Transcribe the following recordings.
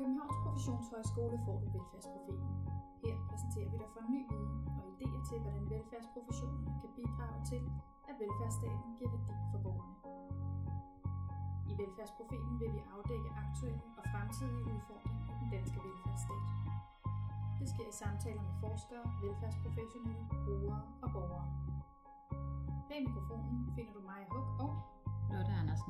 Københavns Professionshøjskole får du velfærdsprofilen. Her præsenterer vi dig for ny viden og idéer til, hvordan velfærdsprofessionerne kan bidrage til, at velfærdsstaten giver værdi for borgerne. I velfærdsprofilen vil vi afdække aktuelle og fremtidige udfordringer i den danske velfærdsstat. Det sker i samtaler med forskere, velfærdsprofessionelle, brugere og borgere. Bag mikrofonen finder du Maja Huk og Lotte Andersen.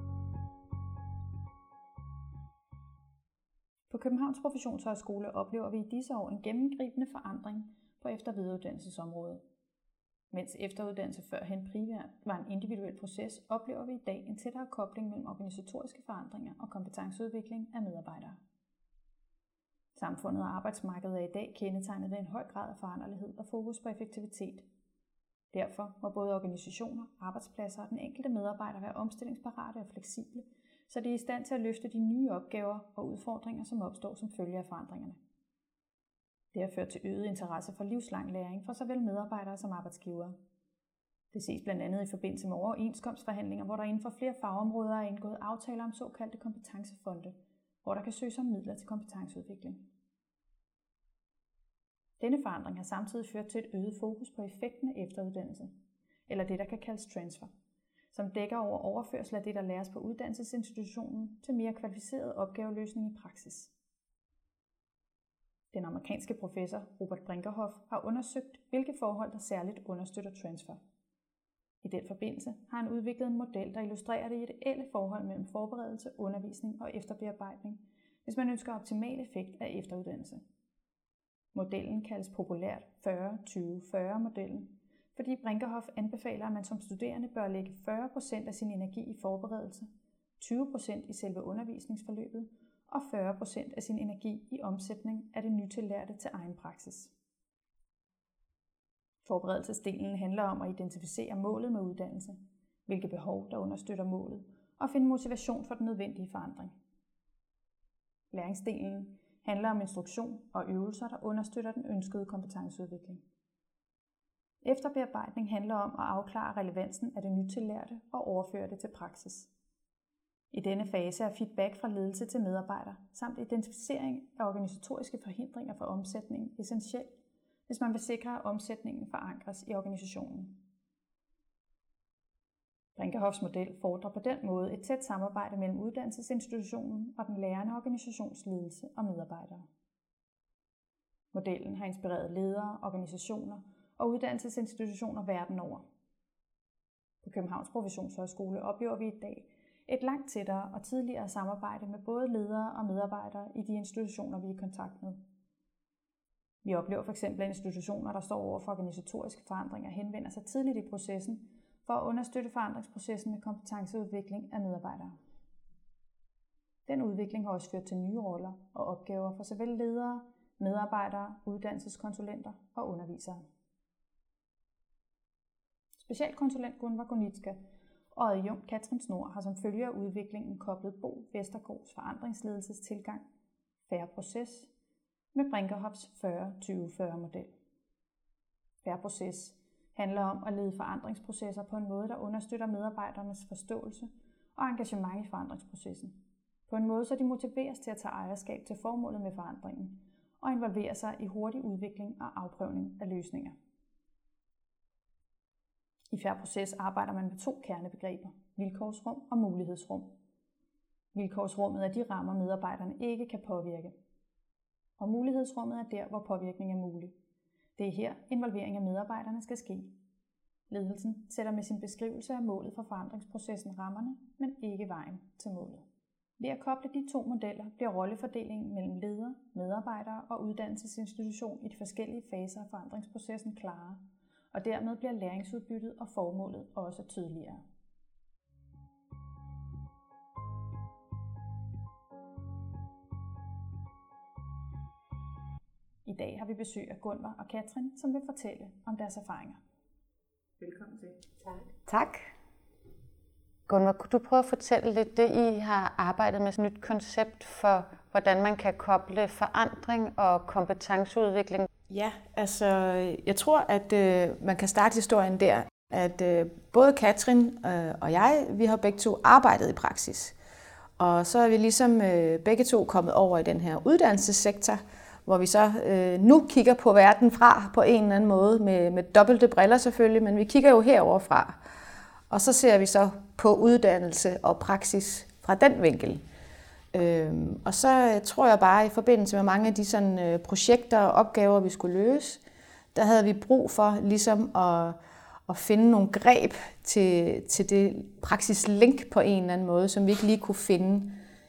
På Københavns Professionshøjskole oplever vi i disse år en gennemgribende forandring på efter- og videreuddannelsesområdet. Mens efteruddannelse førhen primært var en individuel proces, oplever vi i dag en tættere kobling mellem organisatoriske forandringer og kompetenceudvikling af medarbejdere. Samfundet og arbejdsmarkedet er i dag kendetegnet ved en høj grad af foranderlighed og fokus på effektivitet. Derfor må både organisationer, arbejdspladser og den enkelte medarbejder være omstillingsparate og fleksible, så de er i stand til at løfte de nye opgaver og udfordringer, som opstår som følge af forandringerne. Det har ført til øget interesse for livslang læring fra såvel medarbejdere som arbejdsgivere. Det ses blandt andet i forbindelse med overenskomstforhandlinger, hvor der inden for flere fagområder er indgået aftaler om såkaldte kompetencefonde, hvor der kan søges om midler til kompetenceudvikling. Denne forandring har samtidig ført til et øget fokus på effekten af efteruddannelse, eller det, der kan kaldes transfer, som dækker over overførsel af det, der læres på uddannelsesinstitutionen til mere kvalificeret opgaveløsning i praksis. Den amerikanske professor Robert Brinkerhoff har undersøgt, hvilke forhold, der særligt understøtter transfer. I den forbindelse har han udviklet en model, der illustrerer det ideelle forhold mellem forberedelse, undervisning og efterbearbejdning, hvis man ønsker optimal effekt af efteruddannelse. Modellen kaldes populært 40-20-40-modellen, fordi Brinkerhoff anbefaler, at man som studerende bør lægge 40% af sin energi i forberedelse, 20% i selve undervisningsforløbet og 40% af sin energi i omsætning af det nytillærte til egen praksis. Forberedelsesdelen handler om at identificere målet med uddannelse, hvilke behov, der understøtter målet, og finde motivation for den nødvendige forandring. Læringsdelen handler om instruktion og øvelser, der understøtter den ønskede kompetenceudvikling. Efterbearbejdning handler om at afklare relevansen af det nytillærte og overføre det til praksis. I denne fase er feedback fra ledelse til medarbejder samt identificering af organisatoriske forhindringer for omsætning essentielt, hvis man vil sikre, at omsætningen forankres i organisationen. Brinkerhoffs model fordrer på den måde et tæt samarbejde mellem uddannelsesinstitutionen og den lærende organisationsledelse og medarbejdere. Modellen har inspireret ledere, organisationer og uddannelsesinstitutioner verden over. På Københavns Professionshøjskole oplever vi i dag et langt tættere og tidligere samarbejde med både ledere og medarbejdere i de institutioner, vi er i kontakt med. Vi oplever f.eks. at institutioner, der står over for organisatoriske forandringer, henvender sig tidligt i processen for at understøtte forandringsprocessen med kompetenceudvikling af medarbejdere. Den udvikling har også ført til nye roller og opgaver for såvel ledere, medarbejdere, uddannelseskonsulenter og undervisere. Specialkonsulent Gunvar Gonitska og adjunkt Katrin Snor har som følge af udviklingen koblet Bo Vestergaards forandringsledelsestilgang Fair Proces med Brinkerhoffs 40-20-40-model. Fair Proces handler om at lede forandringsprocesser på en måde, der understøtter medarbejdernes forståelse og engagement i forandringsprocessen. På en måde, så de motiveres til at tage ejerskab til formålet med forandringen og involvere sig i hurtig udvikling og afprøvning af løsninger. I Fair Proces arbejder man med 2 kernebegreber, vilkårsrum og mulighedsrum. Vilkårsrummet er de rammer, medarbejderne ikke kan påvirke. Og mulighedsrummet er der, hvor påvirkning er mulig. Det er her, involvering af medarbejderne skal ske. Ledelsen sætter med sin beskrivelse af målet for forandringsprocessen rammerne, men ikke vejen til målet. Ved at koble de 2 modeller bliver rollefordelingen mellem leder, medarbejdere og uddannelsesinstitution i de forskellige faser af forandringsprocessen klarere, og dermed bliver læringsudbyttet og formålet også tydeligere. I dag har vi besøg af Gunvar og Katrin, som vil fortælle om deres erfaringer. Velkommen til. Tak. Gunvar, kunne du prøve at fortælle lidt det, I har arbejdet med sådan et nyt koncept for, hvordan man kan koble forandring og kompetenceudvikling? Ja, altså jeg tror, at man kan starte historien der, at både Katrin og jeg, vi har begge to arbejdet i praksis. Og så er vi ligesom begge to kommet over i den her uddannelsessektor, hvor vi så nu kigger på verden fra på en eller anden måde, med dobbelte briller selvfølgelig, men vi kigger jo herover fra. Og så ser vi så på uddannelse og praksis fra den vinkel. Og så tror jeg bare, i forbindelse med mange af de sådan, projekter og opgaver, vi skulle løse, der havde vi brug for ligesom at finde nogle greb til det praksislink på en eller anden måde, som vi ikke lige kunne finde.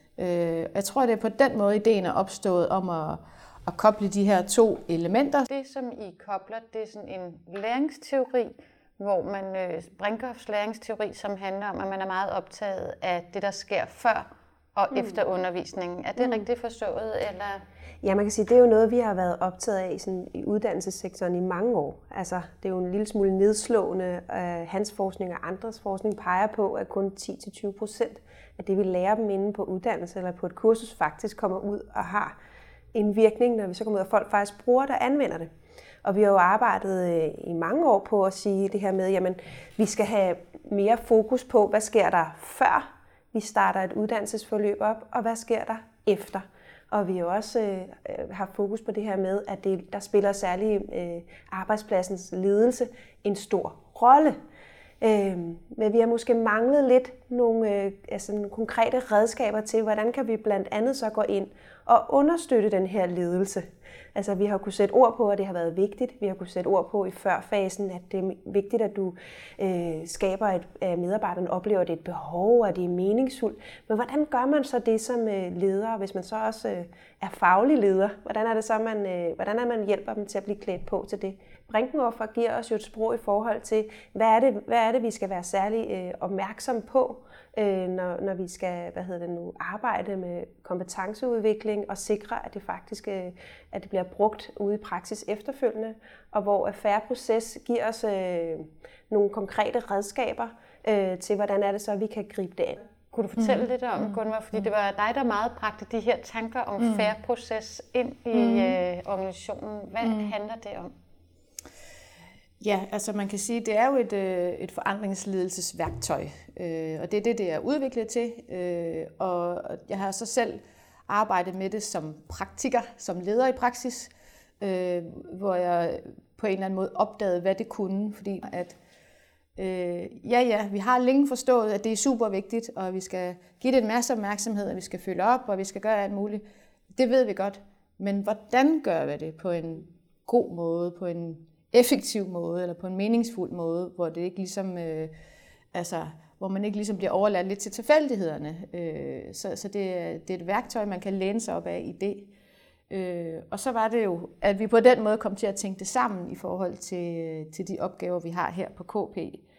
Jeg tror, det er på den måde, ideen er opstået om at koble de her to elementer. Det, som I kobler, det er sådan en læringsteori, hvor man Brinkhoffs læringsteori, som handler om, at man er meget optaget af det, der sker før og efter undervisningen. Er det rigtigt forstået? Eller? Ja, man kan sige, det er jo noget, vi har været optaget af sådan, i uddannelsessektoren i mange år. Altså, det er jo en lille smule nedslående. Hans forskning og andres forskning peger på, at kun 10-20% af det, vi lærer dem inde på uddannelse eller på et kursus, faktisk kommer ud og har en virkning, når vi så kommer ud, og folk faktisk bruger det og anvender det. Og vi har jo arbejdet i mange år på at sige det her med, jamen, vi skal have mere fokus på, hvad sker der før vi starter et uddannelsesforløb op, og hvad sker der efter. Og vi har jo også haft fokus på det her med, at der spiller særlig arbejdspladsens ledelse en stor rolle. Men vi har måske manglet lidt nogle konkrete redskaber til, hvordan kan vi blandt andet så gå ind og understøtte den her ledelse. Altså vi har kunnet sætte ord på, at det har været vigtigt. Vi har kunnet sætte ord på i førfasen, at det er vigtigt, at du skaber, at medarbejderne oplever, at det er et behov, og at det er meningsfuldt. Men hvordan gør man så det som leder, hvis man så også er faglig leder? Hvordan er det så, man hjælper dem til at blive klædt på til det? Brinkhoff giver os jo et sprog i forhold til, hvad er det vi skal være særlig opmærksom på, når vi skal arbejde med kompetenceudvikling og sikre, at det faktisk at det bliver brugt ude i praksis efterfølgende, og hvor Fair Proces giver os nogle konkrete redskaber til, hvordan er det så, vi kan gribe det an. Kunne du fortælle lidt om, Gunvor, fordi det var dig, der meget bragte de her tanker om Fair Proces ind i organisationen. Hvad handler det om? Ja, altså man kan sige, det er jo et forandringsledelsesværktøj, og det er det er udviklet til. Og jeg har så selv arbejdet med det som praktiker, som leder i praksis, hvor jeg på en eller anden måde opdagede, hvad det kunne. Fordi at vi har længe forstået, at det er super vigtigt, og vi skal give det en masse opmærksomhed, og vi skal følge op, og vi skal gøre alt muligt. Det ved vi godt. Men hvordan gør vi det på en god måde, på en effektiv måde, eller på en meningsfuld måde, hvor det ikke ligesom, hvor man ikke ligesom bliver overladt lidt til tilfældighederne. Så det er et værktøj, man kan læne sig op af i det. Og så var det jo, at vi på den måde kom til at tænke det sammen i forhold til de opgaver, vi har her på KP.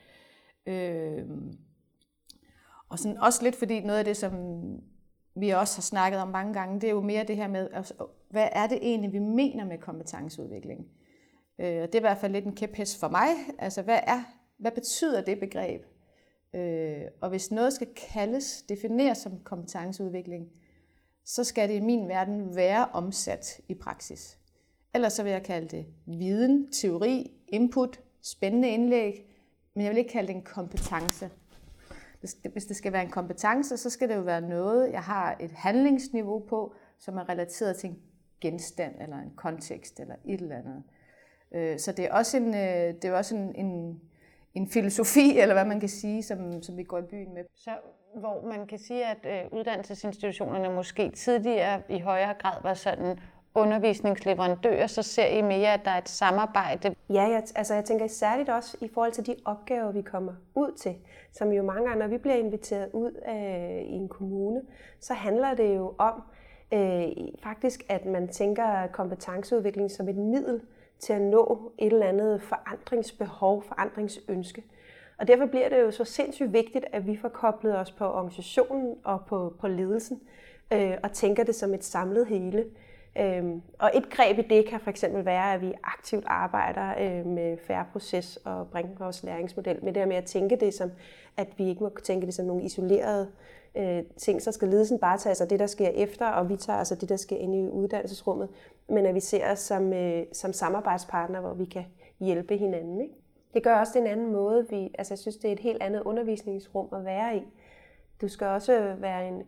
Og sådan også lidt fordi noget af det, som vi også har snakket om mange gange, det er jo mere det her med, hvad er det egentlig, vi mener med kompetenceudvikling? Det er i hvert fald lidt en kæphest for mig. Altså, hvad betyder det begreb? Og hvis noget skal defineres som kompetenceudvikling, så skal det i min verden være omsat i praksis. Ellers så vil jeg kalde det viden, teori, input, spændende indlæg, men jeg vil ikke kalde det en kompetence. Hvis det skal være en kompetence, så skal det jo være noget, jeg har et handlingsniveau på, som er relateret til en genstand, eller en kontekst, eller et eller andet. Så det er også en filosofi, eller hvad man kan sige, som vi går i byen med. Så hvor man kan sige, at uddannelsesinstitutionerne måske tidligere i højere grad var sådan undervisningsleverandører, så ser I mere, at der er et samarbejde. Ja, jeg tænker særligt også i forhold til de opgaver, vi kommer ud til, som jo mange gange, når vi bliver inviteret ud i en kommune, så handler det jo om faktisk, at man tænker kompetenceudvikling som et middel til at nå et eller andet forandringsbehov, forandringsønske. Og derfor bliver det jo så sindssygt vigtigt, at vi får koblet os på organisationen og på ledelsen, og tænker det som et samlet hele. Og et greb i det kan for eksempel være, at vi aktivt arbejder med Fair Proces og Brinkhoffs læringsmodel, med det her med at tænke det som, at vi ikke må tænke det som nogle isolerede ting, så skal ledelsen bare tage sig det, der sker efter, og vi tager altså det, der sker inde i uddannelsesrummet, men at vi ser os som samarbejdspartner, hvor vi kan hjælpe hinanden. Ikke? Det gør også en anden måde. Jeg synes, det er et helt andet undervisningsrum at være i. Du skal også være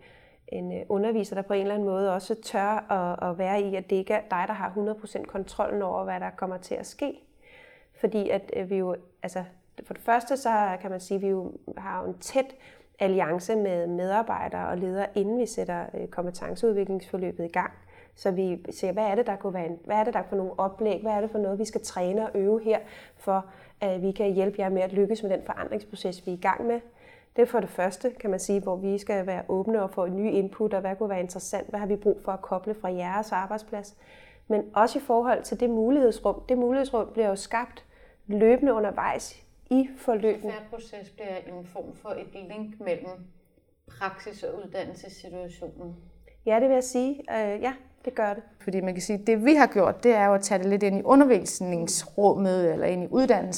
en underviser, der på en eller anden måde også tør at være i, at det ikke er dig, der har 100% kontrollen over, hvad der kommer til at ske. Fordi at vi jo, altså for det første, så kan man sige, at vi jo har en tæt alliance med medarbejdere og ledere, inden vi sætter kompetenceudviklingsforløbet i gang. Så vi ser, hvad er det, der er for nogle oplæg, hvad er det for noget, vi skal træne og øve her, for at vi kan hjælpe jer med at lykkes med den forandringsproces, vi er i gang med. Det er for det første, kan man sige, hvor vi skal være åbne og få en ny input, og hvad kunne være interessant, hvad har vi brug for at koble fra jeres arbejdsplads. Men også i forhold til det mulighedsrum. Det mulighedsrum bliver jo skabt løbende undervejs i forløbet. Proces bliver en form for et link mellem praksis og uddannelsessituationen. Ja, det vil jeg sige. Ja, det gør det. Fordi man kan sige, at det vi har gjort, det er jo at tage det lidt ind i undervisningsrummet eller ind i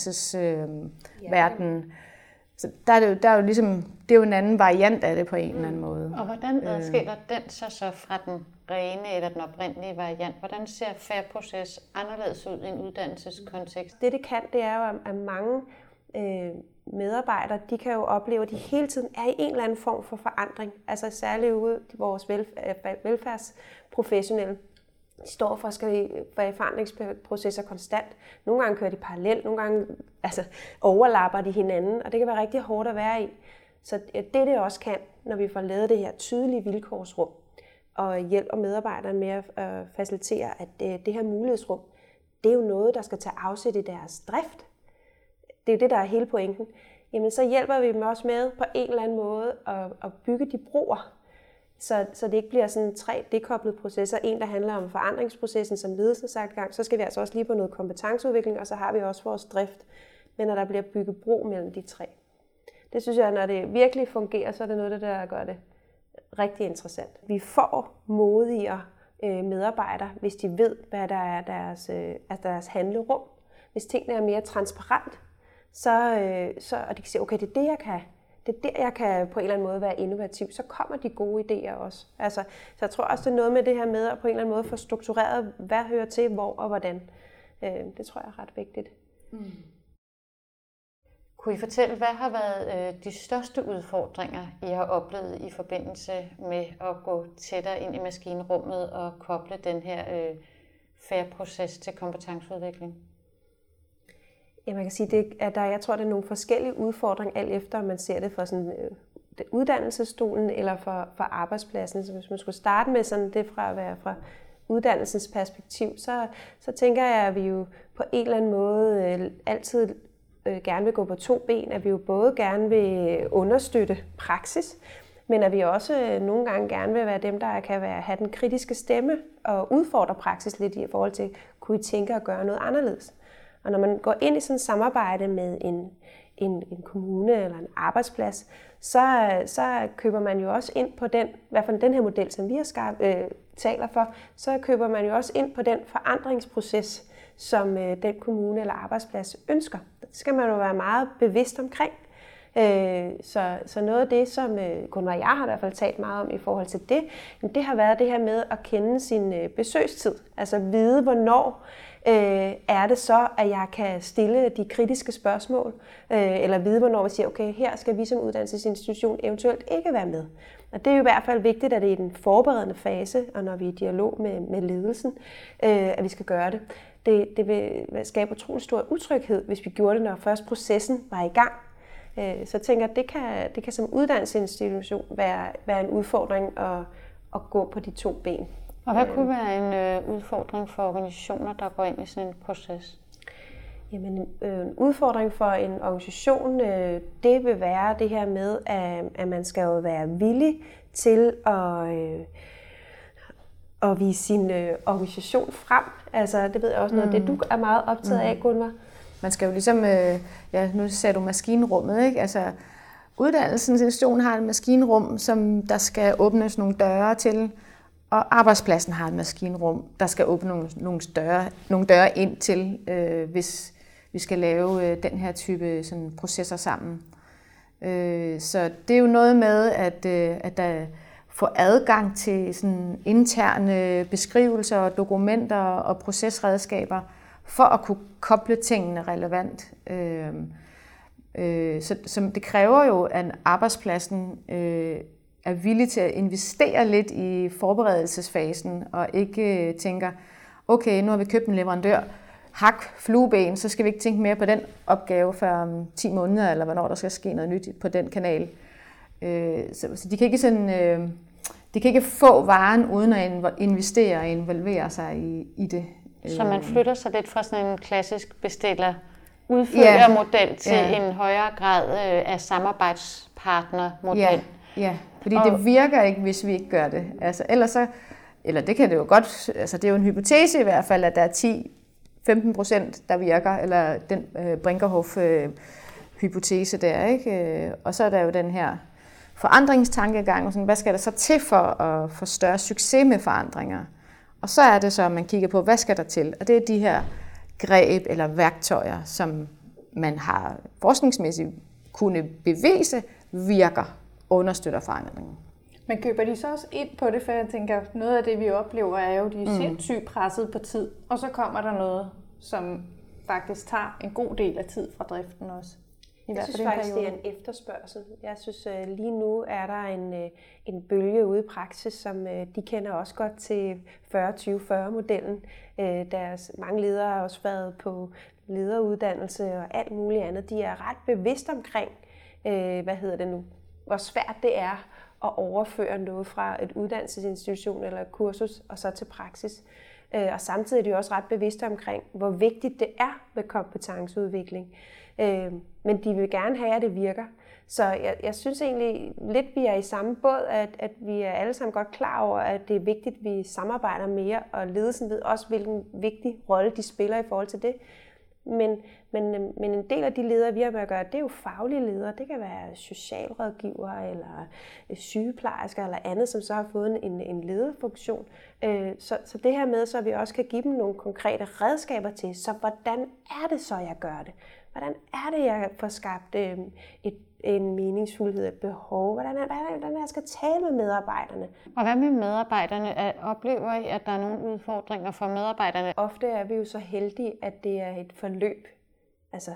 uddannelsesverdenen. Så der er jo ligesom, det er jo en anden variant af det på en eller anden måde. Og hvordan adskiller den så fra den rene eller den oprindelige variant? Hvordan ser fair proces anderledes ud i en uddannelseskontekst? Det kan, det er jo, at mange medarbejdere, de kan jo opleve, at de hele tiden er i en eller anden form for forandring. Altså særligt ude i vores velfærdsprofessionelle. De står for forandringsprocesser konstant. Nogle gange kører de parallelt, nogle gange overlapper de hinanden, og det kan være rigtig hårdt at være i. Så det også kan, når vi får lavet det her tydelige vilkårsrum, og hjælper medarbejderne med at facilitere, at det her mulighedsrum, det er jo noget, der skal tage afsæt i deres drift. Det er jo det, der er hele pointen. Jamen, så hjælper vi dem også med på en eller anden måde at bygge de broer, så det ikke bliver sådan 3 dekoblede processer. En, der handler om forandringsprocessen, som ledelsen har sagt i gang. Så skal vi altså også lige på noget kompetenceudvikling, og så har vi også vores drift. Men når der bliver bygget bro mellem de 3. Det synes jeg, når det virkelig fungerer, så er det noget, der gør det rigtig interessant. Vi får modigere medarbejdere, hvis de ved, hvad der er deres handlerum. Hvis tingene er mere transparent, og de kan sige, okay, det er det, jeg kan. Det er der, jeg kan på en eller anden måde være innovativ. Så kommer de gode idéer også. Så jeg tror også, det er noget med det her med at på en eller anden måde få struktureret, hvad hører til, hvor og hvordan. Det tror jeg er ret vigtigt. Mm. Kunne I fortælle, hvad har været de største udfordringer, I har oplevet i forbindelse med at gå tættere ind i maskinrummet og koble den her fair proces til kompetenceudvikling? Ja, man kan sige, jeg tror, det er nogle forskellige udfordringer, alt efter om man ser det fra sådan, uddannelsesstolen eller fra arbejdspladsen. Så hvis man skulle starte med sådan det fra at være fra uddannelsens perspektiv, så tænker jeg, at vi jo på en eller anden måde altid gerne vil gå på 2 ben, at vi jo både gerne vil understøtte praksis, men at vi også nogle gange gerne vil være dem, der kan have den kritiske stemme og udfordre praksis lidt i forhold til, kunne I tænke at gøre noget anderledes? Og når man går ind i sådan et samarbejde med en kommune eller en arbejdsplads, så køber man jo også ind på den, i hvert fald den her model, som vi taler for, så køber man jo også ind på den forandringsproces, som den kommune eller arbejdsplads ønsker. Det skal man jo være meget bevidst omkring. Så noget af det, som kun og jeg har i hvert fald talt meget om i forhold til det har været det her med at kende sin besøgstid. Altså vide, hvornår er det så, at jeg kan stille de kritiske spørgsmål, eller vide, hvornår vi siger, okay, her skal vi som uddannelsesinstitution eventuelt ikke være med. Og det er jo i hvert fald vigtigt, at det er i den forberedende fase, og når vi er i dialog med ledelsen, at vi skal gøre det. Det vil skabe utrolig stor utryghed, hvis vi gjorde det, når først processen var i gang. Så jeg tænker, at det kan som uddannelsesinstitution være en udfordring at gå på de 2 ben. Og hvad kunne være en udfordring for organisationer, der går ind i sådan en proces? Jamen, en udfordring for en organisation, det vil være det her med, at man skal jo være villig til at vise sin organisation frem. Altså, det ved jeg også noget af det, du er meget optaget af, Gunvar. Man skal jo ligesom, nu sagde du maskinrummet, ikke? Altså, uddannelsesinstitutionen har et maskinrum, som der skal åbnes nogle døre til, og arbejdspladsen har et maskinrum, der skal åbne nogle døre ind til, hvis vi skal lave den her type sådan, processer sammen. Så det er jo noget med, at der får adgang til sådan, interne beskrivelser, og dokumenter og procesredskaber, for at kunne koble tingene relevant. Så det kræver jo, at arbejdspladsen er villige til at investere lidt i forberedelsesfasen, og ikke tænker, okay, nu har vi købt en leverandør, hak, flueben, så skal vi ikke tænke mere på den opgave før om 10 måneder, eller hvornår der skal ske noget nyt på den kanal. Så de kan ikke de kan ikke få varen uden at investere og involvere sig i det. Så man flytter sig lidt fra sådan en klassisk bestiller-udfører-model til en højere grad af samarbejdspartner-model. Ja, fordi det virker ikke, hvis vi ikke gør det. Altså, eller det kan det jo godt, altså det er jo en hypotese i hvert fald, at der er 10-15%, der virker, eller den Brinkerhoff-hypotese der, ikke? Og så er der jo den her forandringstankegang, og sådan, hvad skal der så til for at få større succes med forandringer? Og så er det så, at man kigger på, hvad skal der til? Og det er de her greb eller værktøjer, som man har forskningsmæssigt kunne bevise, virker, understøtter forandringen. Men køber de så også ind på det, for jeg tænker, noget af det, vi oplever, er jo, de er sindssygt presset på tid, og så kommer der noget, som faktisk tager en god del af tid fra driften også. Jeg synes faktisk, det er en efterspørgsel. Jeg synes, lige nu er der en bølge ude i praksis, som de kender også godt til 40-20-40-modellen. Mange ledere har også været på lederuddannelse og alt muligt andet. De er ret bevidst omkring, hvor svært det er at overføre noget fra et uddannelsesinstitution eller et kursus og så til praksis. Og samtidig er de også ret bevidste omkring, hvor vigtigt det er med kompetenceudvikling. Men de vil gerne have, at det virker. Så jeg synes egentlig lidt, vi er i samme båd, at vi er alle sammen godt klar over, at det er vigtigt, at vi samarbejder mere, og ledelsen ved også, hvilken vigtig rolle de spiller i forhold til det. Men en del af de ledere, vi har med at gøre, det er jo faglige ledere. Det kan være socialrådgivere eller sygeplejersker eller andet, som så har fået en lederfunktion. Så det her med, så vi også kan give dem nogle konkrete redskaber til, så hvordan er det så, jeg gør det? Hvordan er det, jeg får skabt en meningsfuldhed, et behov? Hvordan er det, jeg skal tale med medarbejderne? Og hvad med medarbejderne? Oplever I, at der er nogle udfordringer for medarbejderne? Ofte er vi jo så heldige, at det er et forløb. Altså,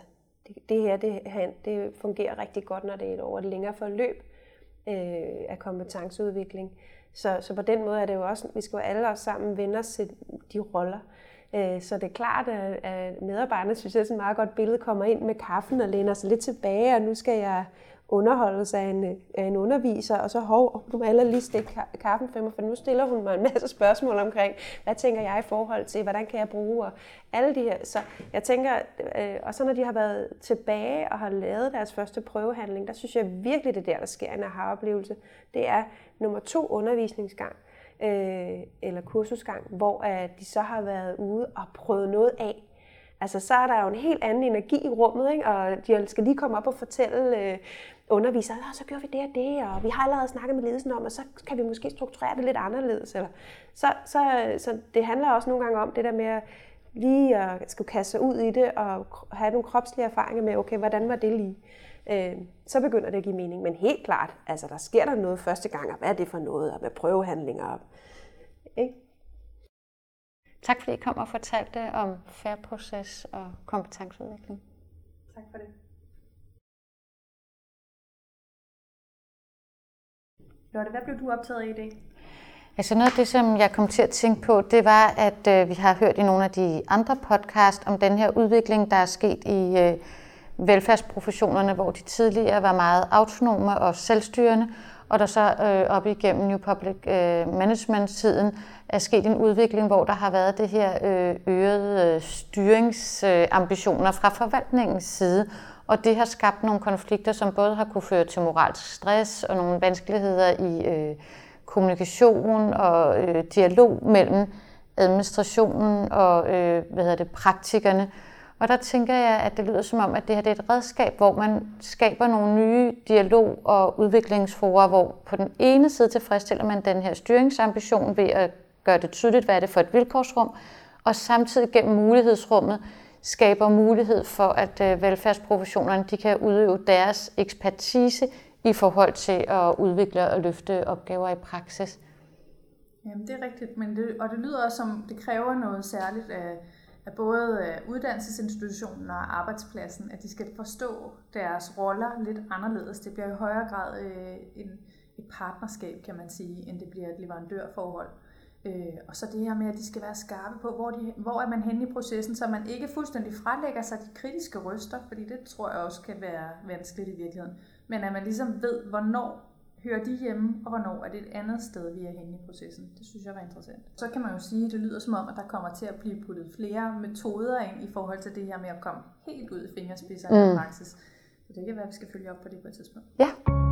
det fungerer rigtig godt, når det er over et længere forløb af kompetenceudvikling. Så på den måde er det jo også, vi skal jo alle også sammen vende os til de roller. Så det er klart, at medarbejderne synes, at et meget godt billede kommer ind med kaffen og læner sig lidt tilbage, og nu skal jeg underholdes af en underviser, og så du må alle lige stikke kaffen for mig, for nu stiller hun mig en masse spørgsmål omkring, hvad tænker jeg i forhold til, hvordan kan jeg bruge, og alle de her. Så jeg tænker, og så når de har været tilbage og har lavet deres første prøvehandling, der synes jeg virkelig, det der sker en aha-oplevelse. Det er nummer 2 undervisningsgang, eller kursusgang, hvor de så har været ude og prøvet noget af. Altså, så er der jo en helt anden energi i rummet, ikke? Og de skal lige komme op og fortælle undervisere, så gør vi det og det, og vi har allerede snakket med ledelsen om, og så kan vi måske strukturere det lidt anderledes. Eller. Så det handler også nogle gange om det der med lige at skulle kaste sig ud i det, og have nogle kropslige erfaringer med, okay, hvordan var det lige? Så begynder det at give mening. Men helt klart, altså der sker der noget første gang, og hvad er det for noget, og med prøvehandlinger. Ikke? Tak fordi I kom og fortalte om fair proces og kompetenceudvikling. Tak for det. Lotte, hvad blev du optaget af i dag? Altså noget af det, som jeg kom til at tænke på, det var, at vi har hørt i nogle af de andre podcast om den her udvikling, der er sket i velfærdsprofessionerne, hvor de tidligere var meget autonome og selvstyrende, og der så op igennem New Public Management-tiden er sket en udvikling, hvor der har været det her øgede styringsambitioner fra forvaltningens side, og det har skabt nogle konflikter, som både har kunne føre til moralsk stress og nogle vanskeligheder i kommunikation og dialog mellem administrationen og praktikerne. Og der tænker jeg, at det lyder som om, at det her det er et redskab, hvor man skaber nogle nye dialog- og udviklingsfora, hvor på den ene side tilfredsstiller man den her styringsambition ved at gøre det tydeligt, hvad er det for et vilkårsrum, og samtidig gennem mulighedsrummet skaber mulighed for, at velfærdsprofessionerne de kan udøve deres ekspertise i forhold til at udvikle og løfte opgaver i praksis. Jamen det er rigtigt, men det lyder også som, det kræver noget særligt af både uddannelsesinstitutionen og arbejdspladsen, at de skal forstå deres roller lidt anderledes. Det bliver i højere grad et partnerskab, kan man sige, end det bliver et leverandørforhold. Og så det her med, at de skal være skarpe på, hvor er man henne i processen, så man ikke fuldstændig fralægger sig de kritiske røster, fordi det tror jeg også kan være vanskeligt i virkeligheden. Men at man ligesom ved, hvornår hører de hjemme, og hvornår er det et andet sted, vi er henne i processen. Det synes jeg var interessant. Så kan man jo sige, at det lyder som om, at der kommer til at blive puttet flere metoder ind i forhold til det her med at komme helt ud i fingerspidserne i praksis. Så det kan være, at vi skal følge op på det på et tidspunkt. Ja.